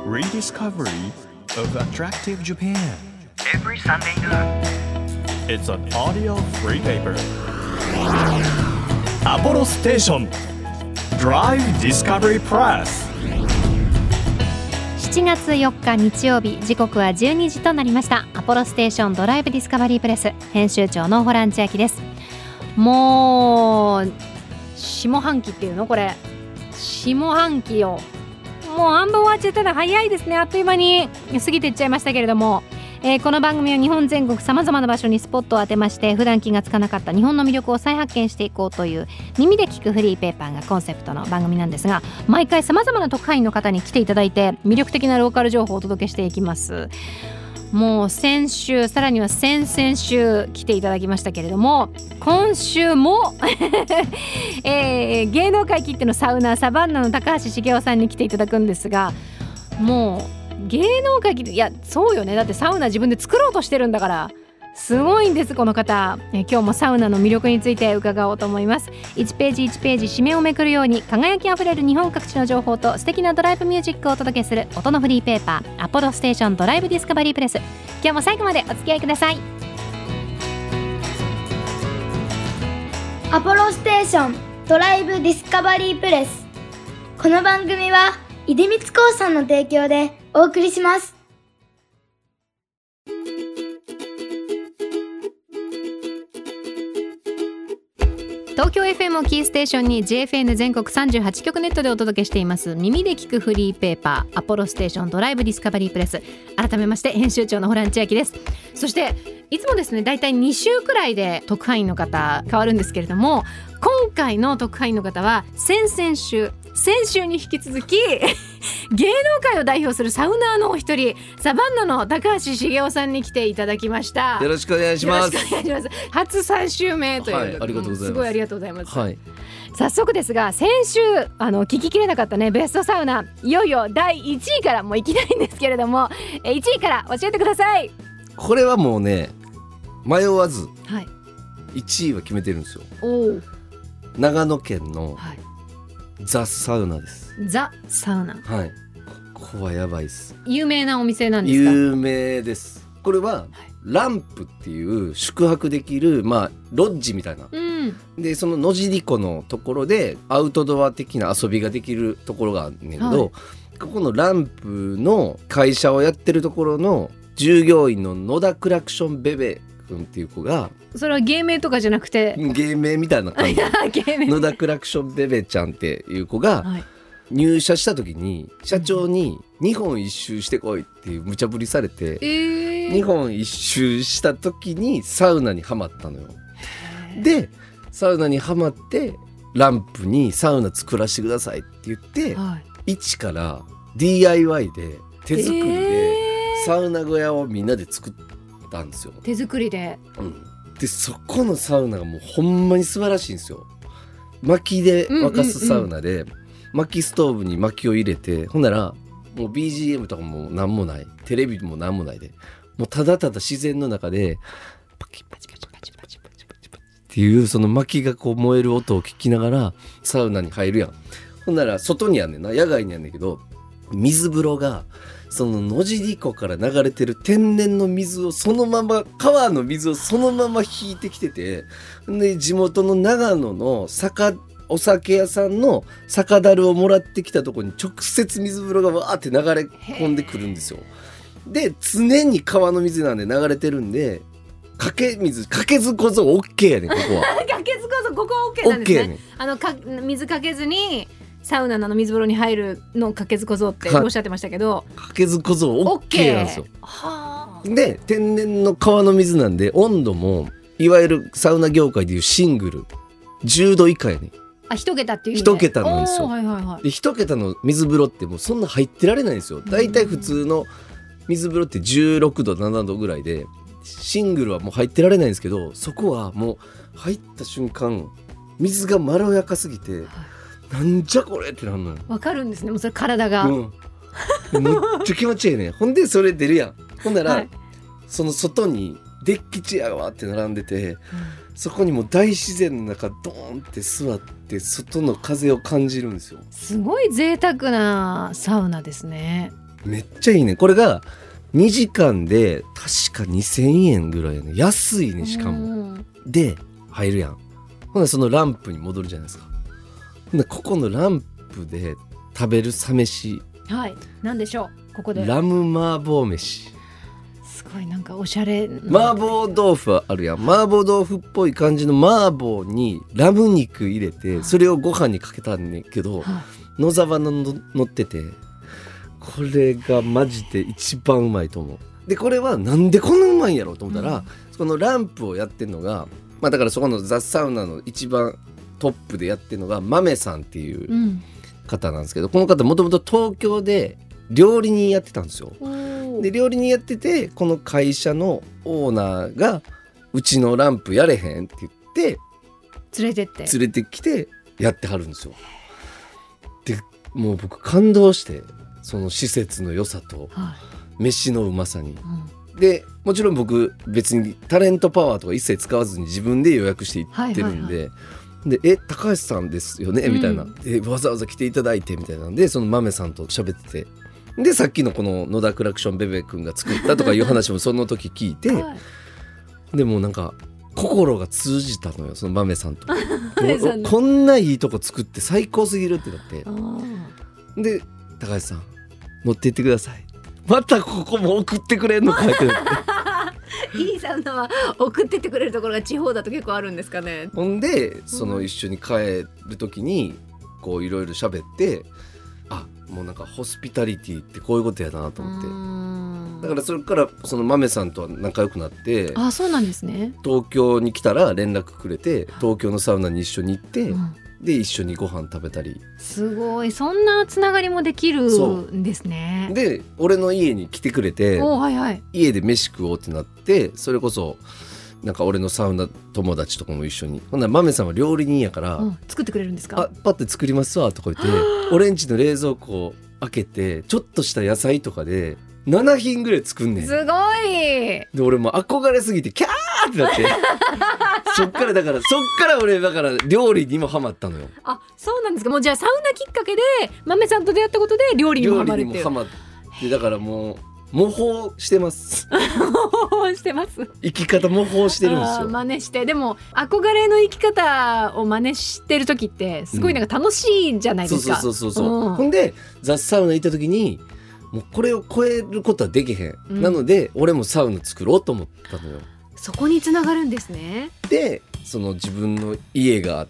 rediscovery of attractive Japan. Every Sunday noon. It's an audio free paper. Apollo Station Drive Discovery Press 7月4日日曜日、時刻は12時となりました。アポロステーションドライブディスカバリープレス編集長のホラン千秋です。もう下半期っていうのこれ下半期をもう半分終わっちゃったら早いですね。あっという間に過ぎていっちゃいましたけれども、この番組は日本全国さまざまな場所にスポットを当てまして、普段気がつかなかった日本の魅力を再発見していこうという耳で聞くフリーペーパーがコンセプトの番組なんですが、毎回さまざまな特派員の方に来ていただいて魅力的なローカル情報をお届けしていきます。もう先週、さらには先々週来ていただきましたけれども、今週も、芸能界きってのサウナーサバンナの高橋茂雄さんに来ていただくんですが、もう芸能界きって、いやそうよね、だってサウナ自分で作ろうとしてるんだからすごいんですこの方。今日もサウナの魅力について伺おうと思います。1ページ1ページ紙面をめくるように輝きあふれる日本各地の情報と素敵なドライブミュージックをお届けする音のフリーペーパー、アポロステーションドライブディスカバリープレス。今日も最後までお付き合いください。 アポロステーションドライブディスカバリープレス。この番組は出光興産の提供でお送りします。 東京 FM をキーステーションに JFN 全国38局ネットでお届けしています耳で聞くフリーペーパー、アポロステーションドライブディスカバリープレス。改めまして編集長のホラン千秋です。そしていつもですね、だいたい2週くらいで特派員の方変わるんですけれども、今回の特派員の方は先週に引き続き芸能界を代表するサウナーのお一人、サバンナの高橋茂雄さんに来ていただきました。 よろしくお願いします。 よろしくお願いします。初3週目という、 はい、ありがとうございます。 すごいありがとうございます、 はい、 早速ですが、先週聞ききれなかったねベストサウナ、いよいよ第1位からもういきたいんですけれども、1位から教えてください。 これはもうね、迷わずはい、 1位は決めてるんですよ。 お長野県のはい、 ザ・サウナです。 ザ・サウナ、 はい、ここはやばいです。 有名なお店なんですか？ 有名です。これはランプっていう宿泊できる、ロッジみたいな、でその野尻湖のところでアウトドア的な遊びができるところがあるんだけど、はい、ここのランプの会社をやってるところの従業員の野田クラクションベベ君っていう子が、 それは芸名とかじゃなくて芸名みたいな感じ野田クラクションベベちゃんっていう子が、はい、入社した時に社長に日本一周してこいっていう無茶ぶりされて、日本一周した時にサウナにはまったのよ。でサウナにはまってランプにサウナ作らせてくださいって言って、一から DIY で手作りでサウナ小屋をみんなで作ったんですよ。 手作りで、 でそこのサウナがもうほんまに素晴らしいんですよ。薪で沸かすサウナで、薪ストーブに薪を入れて、ほんならもう BGM とかもなんもない、テレビもなんもないで、もうただただ自然の中でパキパチパチパチパチパチパチパチっていうその薪がこう燃える音を聞きながらサウナに入るやん。ほんなら外にあんねんな、野外にあんねんけど、水風呂がその野尻湖から流れてる天然の水をそのまま、川の水をそのまま引いてきてて、で地元の長野のお酒屋さんの酒樽をもらってきたところに直接水風呂がわーって流れ込んでくるんですよ。で常に川の水なんで流れてるんで、かけずこそ OK やねんここはかけずこそここは OK なんですね。水かけずにサウナの水風呂に入るのかけずこぞっておっしゃってましたけど、 かけずこぞ OK なんですよ。で天然の川の水なんで、温度もいわゆるサウナ業界でいうシングル10度以下やねん。 1桁っていう意味で 1桁なんですよ、で1桁の水風呂ってもうそんな入ってられないんですよ。だいたい普通の水風呂って16度7度ぐらいで、シングルはもう入ってられないんですけど、そこはもう入った瞬間水がまろやかすぎて、なんじゃこれってなんのよ。 わかるんですね、もうそれ体が、めっちゃ気持ちいいね。ほんでそれ出るやん。ほんなら、その外にデッキチェアがわって並んでて、そこにもう大自然の中ドーンって座って外の風を感じるんですよ。 すごい贅沢なサウナですね。 めっちゃいいね。これが2時間で確か2000円ぐらいやね。安いね。しかもで入るやん。ほなそのランプに戻るじゃないですか。でここのランプで食べるサ飯、 はい、なんでしょう。ここでラム麻婆飯。 すごいなんかおしゃれな麻婆豆腐あるやん。麻婆豆腐っぽい感じの麻婆にラム肉入れて、それをご飯にかけたんねんけど、野沢の乗ってて、これがマジで一番うまいと思う。でこれはなんでこんなうまいんやろうと思ったら、そのランプをやってるのが、まあだからそこのザ・サウナの一番トップでやってるのが豆さんっていう方なんですけど、この方もともと東京で料理人やってたんですよ。で料理人やってて、この会社のオーナーがうちのランプやれへんって言って連れてきてやってはるんですよ。でもう僕感動して、その施設の良さと飯のうまさに、でもちろん僕別にタレントパワーとか一切使わずに自分で予約していってるんで、で高橋さんですよねみたいな、わざわざ来ていただいてみたいなんで、その豆さんと喋ってて、でさっきのこの野田クラクションベベ君が作ったとかいう話もその時聞いて、でもなんか心が通じたのよ、その豆さんとこんないいとこ作って最高すぎるってなって、で高橋さん乗っていってください、またここも送ってくれんのかってなっていいサウナは送ってってくれるところが地方だと結構あるんですかね。 ほんでその一緒に帰る時にこういろいろ喋って、あもうなんかホスピタリティってこういうことやなと思って、だからそれからその豆さんとは仲良くなって、 あそうなんですね。 東京に来たら連絡くれて、東京のサウナに一緒に行って、で一緒にご飯食べたり。 すごい、そんなつながりもできるんですね。 で俺の家に来てくれて、家で飯食おうってなって、それこそなんか俺のサウナ友達とかも一緒に、ほんなら豆さんは料理人やから、 作ってくれるんですか。 パッて作りますわとか言って俺んちの冷蔵庫を開けて、ちょっとした野菜とかで7品ぐらい作んねん。 すごい。 で俺も憧れすぎてキャーってなってそっから俺だから料理にもハマったのよ。 あそうなんですか。もうじゃあサウナきっかけで豆さんと出会ったことで料理にもハマるっていう。 料理にもハマって、だからもう模倣してますしてます。 生き方模倣してるんですよ。 真似して。でも憧れの生き方を真似してる時ってすごいなんか楽しいじゃないですか。 そう、ほんでザ・サウナ行った時にもうこれを超えることはできへん、なので俺もサウナ作ろうと思ったのよ。 そこに繋がるんですね。 でその自分の家があって、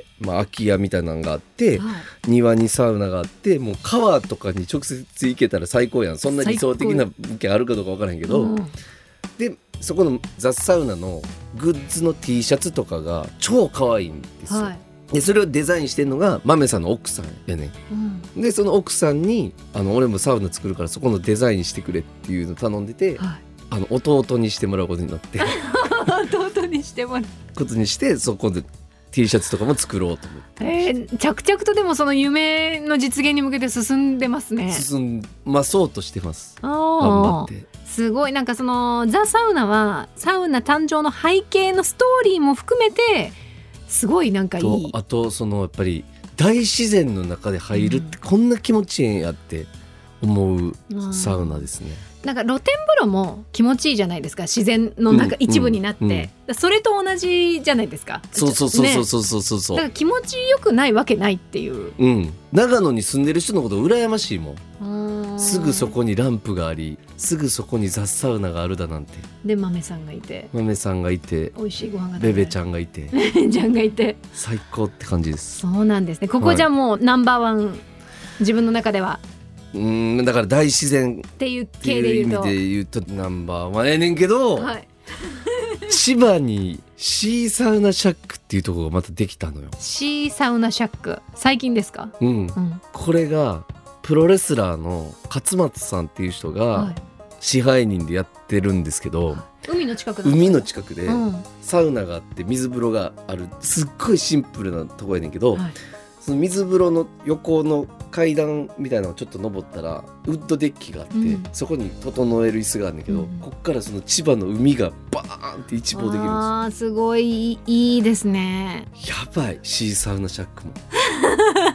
空き家みたいなのがあって、庭にサウナがあって、もう川とかに直接行けたら最高やん。そんな理想的な物件あるかどうか分からへんけど、でそこのザ・サウナのグッズの T シャツとかが超可愛いんですよ、でそれをデザインしてるのが豆さんの奥さんやね、でその奥さんに俺もサウナ作るからそこのデザインしてくれっていうのを頼んでて、弟にしてもらうことになって弟にしてもらうことにして、そこで T シャツとかも作ろうと思って、 着々とでもその夢の実現に向けて進んでますね。 進まそうとしてます。頑張って。 すごい。なんかそのザ・サウナはサウナ誕生の背景のストーリーも含めてすごいなんかいい。 あとそのやっぱり大自然の中で入るってこんな気持ちいいんやって思うサウナですね。 なんか露天風呂も気持ちいいじゃないですか。自然の中一部になって、それと同じじゃないですか。 そう、 だから気持ちよくないわけないっていう、 長野に住んでる人のこと羨ましいもん。すぐそこにランプがあり、すぐそこにザ・サウナがあるだなんて。で豆さんがいて美味しいご飯がベベちゃんがいて最高って感じです。 そうなんですね。ここじゃもうナンバーワン、自分の中ではだから大自然っていう系で言うとナンバーワンやねんけど、千葉にシーサウナシャックっていうところがまたできたのよ。 シーサウナシャック最近ですか。 これがプロレスラーの勝松さんっていう人が支配人でやってるんですけど、 海の近くでサウナがあって水風呂があるすっごいシンプルなとこやねんけど、その水風呂の横の階段みたいなのをちょっと登ったらウッドデッキがあって、そこに整える椅子があるんだけど、こっからその千葉の海がバーンって一望できるんですよ。 すごいいいですね。 やばい。シーサウナシャックも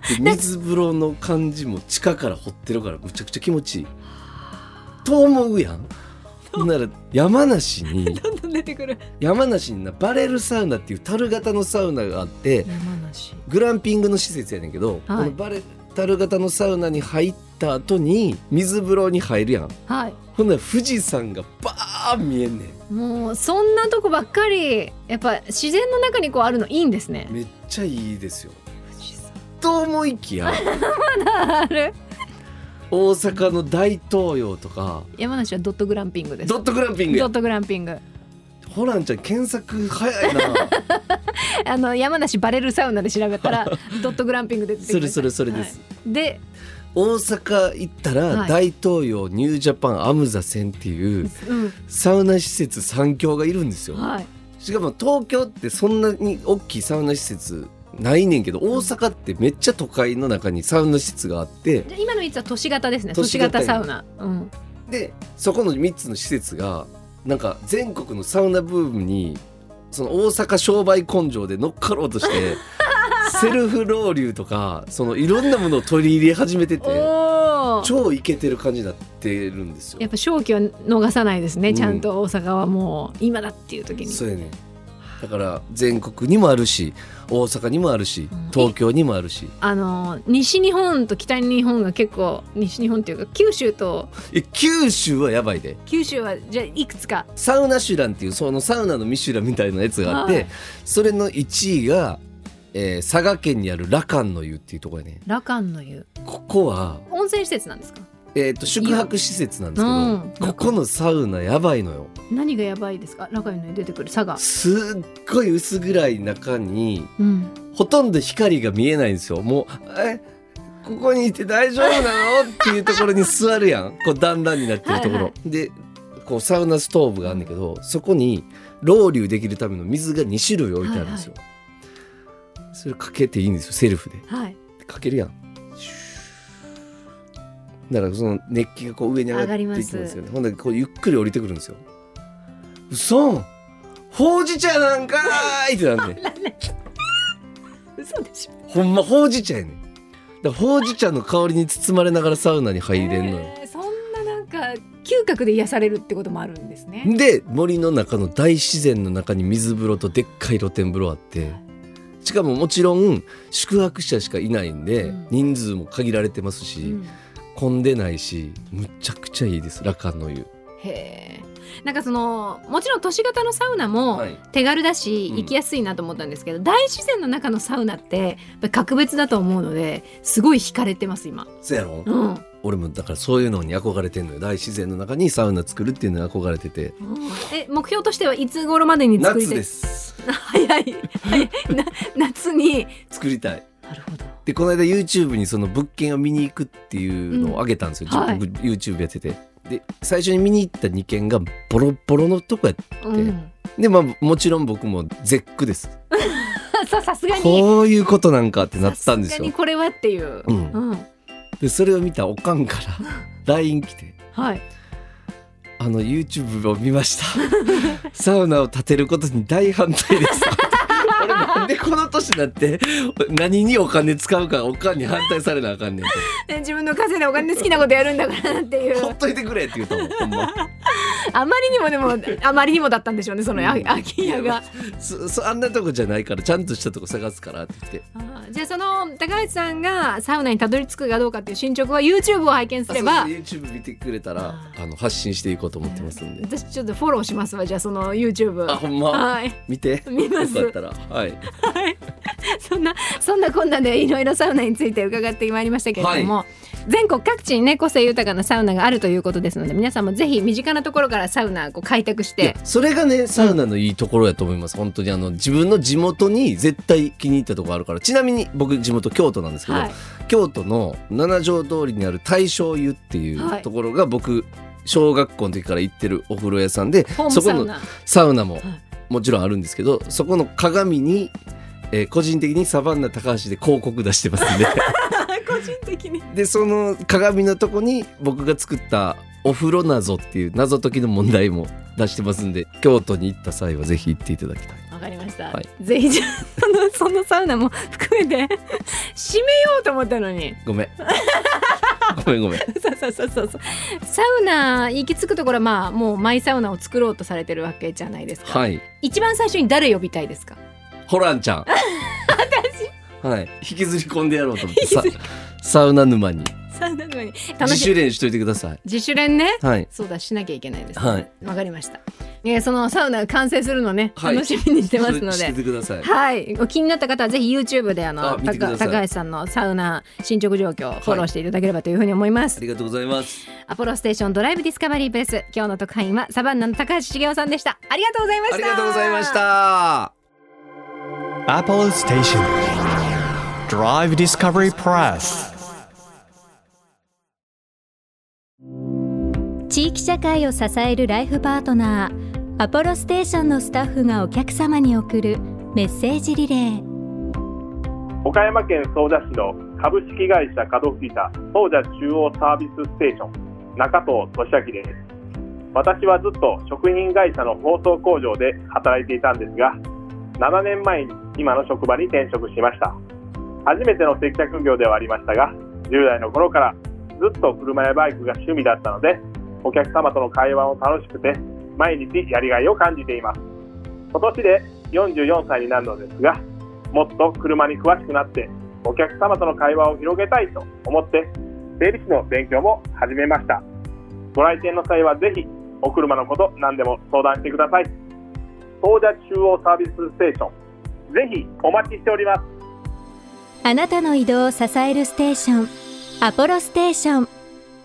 水風呂の感じも地下から掘ってるからむちゃくちゃ気持ちいいと思うやん。ほんなら山梨にどんどん出てくる。 山梨になバレルサウナっていう樽型のサウナがあって山梨グランピングの施設やねんけど、この樽型のサウナに入った後に水風呂に入るやん。 はい。 ほんなら富士山がバーン見えんねん。 もうそんなとこばっかりやっぱ自然の中にこうあるのいいんですね。 めっちゃいいですよ。と思いきやまだある。 大阪の大東洋とか山梨はドットグランピングです。 ドットグランピングやドットグランピング。 ホランちゃん検索早いな山梨バレルサウナで調べたらドットグランピングで出てきました。 それです、 はい、で大阪行ったら、はい、大東洋ニュージャパンアムザ線っていうサウナ施設3強がいるんですよ、はい、しかも東京ってそんなに大きいサウナ施設ないねんけど、大阪ってめっちゃ都会の中にサウナ施設があって、 今の位置は都市型ですね。都市型サウナ、うん、 でそこの3つの施設がなんか全国のサウナブームにその大阪商売根性で乗っかろうとしてセルフロウリュとかそのいろんなものを取り入れ始めてて超イケてる感じになってるんですよ。 やっぱ勝機は逃さないですね、ちゃんと大阪はもう今だっていう時に。 そうやね。だから全国にもあるし大阪にもあるし東京にもあるし、 西日本と北日本が結構西日本っていうか九州と九州はやばいで。 九州はじゃあいくつかサウナシュランっていうそのサウナのミシュランみたいなやつがあって、はい、それの1位が、佐賀県にある羅漢の湯っていうところやね。 羅漢の湯、 ここは温泉施設なんですか？ 宿泊施設なんですけど、ここのサウナやばいのよ。何がやばいですか？羅漢の湯出てくる佐賀、 すっごい薄暗い中に、ほとんど光が見えないんですよ。もうここにいて大丈夫なのっていうところに座るやんこう段々になってるところはい、はい、でこうサウナストーブがあるんだけど、そこにロウリュできるための水が2種類置いてあるんですよ、はいはい、それかけていいんですよ、セルフで、はい、かけるやん。だからその熱気がこう上に上がっていきますよね。ほんでこうゆっくり降りてくるんですよ。うそん、ほうじ茶なんかーいってなんで嘘でしょ。 ほんまほうじ茶やねん。だからほうじ茶の香りに包まれながらサウナに入れんのよ、 そんななんか嗅覚で癒されるってこともあるんですね。 で森の中の大自然の中に水風呂とでっかい露天風呂あって、しかももちろん宿泊者しかいないんで、人数も限られてますし、混んでないしむちゃくちゃいいです、羅漢の湯。 へー、なんかそのもちろん都市型のサウナも手軽だし、行きやすいなと思ったんですけど、大自然の中のサウナってやっぱり格別だと思うのですごい惹かれてます今。 そうやろ、俺もだからそういうのに憧れてんのよ。大自然の中にサウナ作るっていうのに憧れてて、 目標としてはいつ頃までに作りたい？ 夏です早い夏に作りたい。 なるほど。 でこの間 YouTube にその物件を見に行くっていうのを上げたんですよ、僕 YouTube やってて。で最初に見に行った2軒がボロボロのとこやって、でもちろん僕も絶句ですさすがにこういうことなんかってなったんですよ。 さすがにこれはっていう、 でそれを見たおかんから LINE 来て、YouTube を見ましたサウナを建てることに大反対です俺なんでこの年になって何にお金使うかおかんに反対されなあかんねんと自分の稼いでお金で好きなことやるんだからっていうほっといてくれって言うとほんまあまりにもだったんでしょうね、その空き家が。 あんなとこじゃないからちゃんとしたとこ探すからって言って。 じゃあその高橋さんがサウナにたどり着くかどうかっていう進捗は YouTube を拝見すれば、 YouTube 見てくれたら発信していこうと思ってますんで、 私ちょっとフォローしますわ。じゃあその YouTube ほんま、はい、見ます。よかったらはいそんなこんなでいろいろサウナについて伺ってまいりましたけれども、全国各地にね個性豊かなサウナがあるということですので、皆さんもぜひ身近なところからサウナを開拓して、 それがねサウナのいいところやと思います、本当に自分の地元に絶対気に入ったところあるから。ちなみに僕地元京都なんですけど、京都の七条通りにある大正湯っていうところが僕小学校の時から行ってるお風呂屋さんで、そこのサウナももちろんあるんですけど、そこの鏡に個人的にサバンナ高橋で広告出してますんで個人的にでその鏡のとこに僕が作ったお風呂謎っていう謎解きの問題も出してますんで、京都に行った際はぜひ行っていただきたい。 わかりましさ、 はいぜひそのサウナも含めて締めようと思ったのにごめんそうサウナ行き着くところはまあもうマイサウナを作ろうとされてるわけじゃないですか。 はい。 一番最初に誰呼びたいですか？ ホランちゃんはい、引きずり込んでやろうと思ってサウナ沼に自主練しといてください。 自主練ね、 はい、 そうだしなきゃいけないですね。 はい、 わかりました。そのサウナが完成するのね、はい、楽しみにしてますのでしててください。 はい、気になった方はぜひ YouTube で高橋さんのサウナ進捗状況をフォローしていただければというふうに思います。 ありがとうございます。 アポロステーションドライブディスカバリープレス、今日の特派員はサバンナの高橋茂雄さんでした。ありがとうございました。 ありがとうございました。 アポロステーションドライブディスカバリープレス。 地域社会を支えるライフパートナーアポロステーションのスタッフがお客様に送るメッセージリレー。 岡山県総社市の株式会社角吹田総社中央サービスステーション中藤俊明です。私はずっと食品会社の包装工場で働いていたんですが、7年前に今の職場に転職しました。初めての接客業ではありましたが、10代の頃からずっと車やバイクが趣味だったので、お客様との会話も楽しくて毎日やりがいを感じています。今年で44歳になるのですが、もっと車に詳しくなってお客様との会話を広げたいと思って整備士の勉強も始めました。ご来店の際はぜひお車のこと何でも相談してください。総社中央サービスステーション、ぜひお待ちしております。 あなたの移動を支えるステーション、アポロステーション。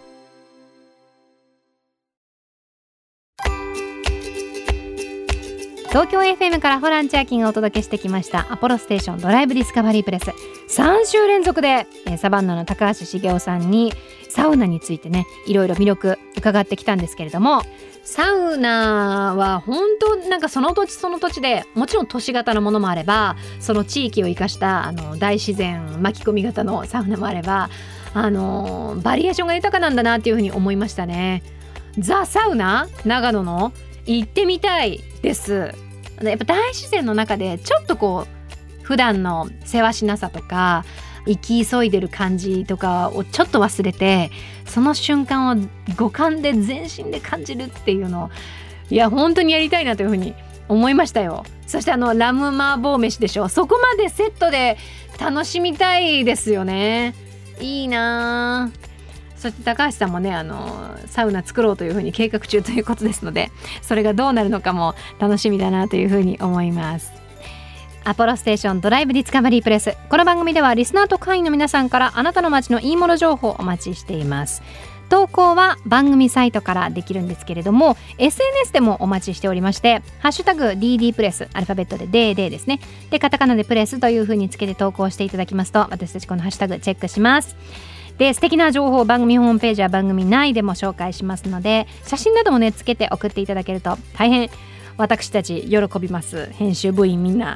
東京 FM からホラン千秋がお届けしてきましたアポロステーションドライブディスカバリープレス、3週連続でサバンナの高橋茂雄さんにサウナについてね、いろいろ魅力伺ってきたんですけれども、サウナは本当なんかその土地その土地で、もちろん都市型のものもあれば、その地域を生かした大自然巻き込み型のサウナもあれば、バリエーションが豊かなんだなっていうふうに思いましたね。ザ・サウナ長野の行ってみたいです。やっぱ大自然の中でちょっとこう普段のせわしなさとか生き急いでる感じとかをちょっと忘れて、その瞬間を五感で全身で感じるっていうのを、いや本当にやりたいなというふうに思いましたよ。そしてラム麻婆飯でしょ、そこまでセットで楽しみたいですよね。いいな。そして高橋さんもねサウナ作ろうというふうに計画中ということですので、それがどうなるのかも楽しみだなというふうに思います。アポロステーションドライブディスカバリープレス、この番組ではリスナーと会員の皆さんからあなたの街のいいもの情報をお待ちしています。投稿は番組サイトからできるんですけれども、 SNS でもお待ちしておりまして、ハッシュタグ DD プレス、アルファベットで DD ですね、でカタカナでプレスというふうにつけて投稿していただきますと、私たちこのハッシュタグチェックします。で素敵な情報を番組ホームページや番組内でも紹介しますので、写真などもねつけて送っていただけると大変私たち喜びます。編集部員みんな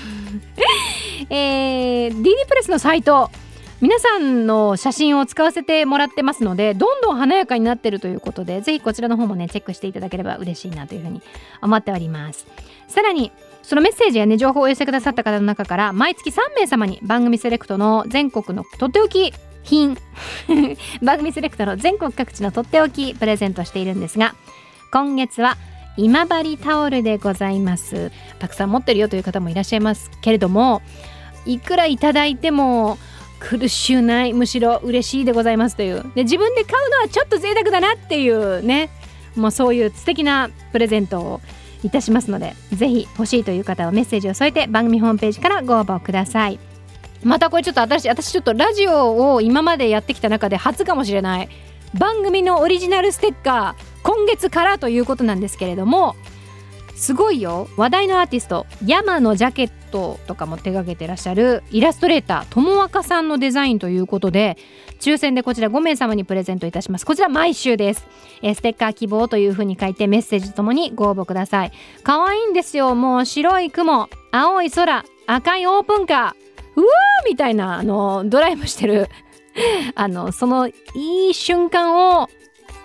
DD プレスのサイト、皆さんの写真を使わせてもらってますので、どんどん華やかになってるということで、ぜひこちらの方もねチェックしていただければ嬉しいなというふうに思っております。さらにそのメッセージやね情報をお寄せくださった方の中から毎月3名様に番組セレクトの全国のとっておき品番組セレクトの全国各地のとっておきプレゼントしているんですが、今月は今治タオルでございます。たくさん持ってるよという方もいらっしゃいますけれども、いくらいただいても苦しゅうない、むしろ嬉しいでございますという、で自分で買うのはちょっと贅沢だなっていうね、もうそういう素敵なプレゼントをいたしますので、ぜひ欲しいという方はメッセージを添えて番組ホームページからご応募ください。またこれちょっと私ちょっとラジオを今までやってきた中で初かもしれない番組のオリジナルステッカー、今月からということなんですけれども、すごいよ。話題のアーティスト山のジャケットとかも手掛けてらっしゃるイラストレーターともわかさんのデザインということで、抽選でこちら5名様にプレゼントいたします。こちら毎週です。ステッカー希望という風に書いてメッセージとともにご応募ください。可愛いんですよ。もう白い雲、青い空、赤いオープンカー、うわーみたいなドライブしてるそのいい瞬間を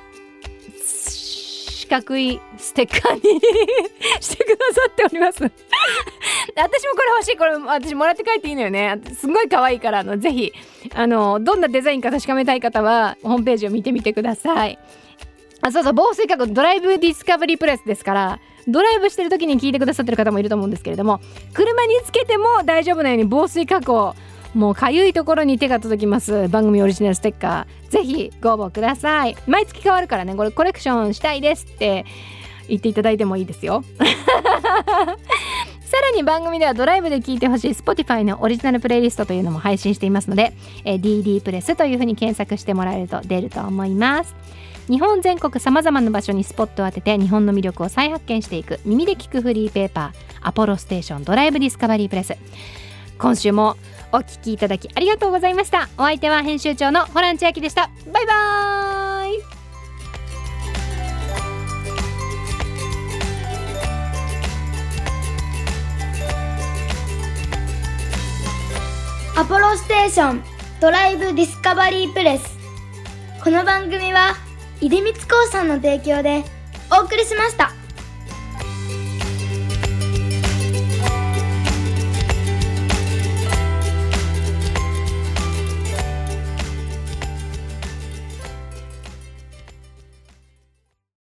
四角いステッカーにしてくださっております私もこれ欲しい。これ私もらって帰っていいのよね。すごい可愛いからぜひどんなデザインか確かめたい方はホームページを見てみてください。そうそう、防水加工ドライブディスカバリープレスですから、ドライブしてる時に聞いてくださってる方もいると思うんですけれども、車につけても大丈夫なように防水加工、もうかゆいところに手が届きます番組オリジナルステッカー、ぜひご応募ください。毎月変わるからね、これコレクションしたいですって言っていただいてもいいですよ。さらに番組ではドライブで聴いてほしい Spotify のオリジナルプレイリストというのも配信していますので、DD プレスというふうに検索してもらえると出ると思います。日本全国さまざまな場所にスポットを当てて日本の魅力を再発見していく耳で聞くフリーペーパー、アポロステーションドライブディスカバリープレス。今週もお聞きいただきありがとうございました。お相手は編集長のホラン千秋でした。バイバーイ。 アポロステーションドライブディスカバリープレス。この番組は出光興産の提供でお送りしました。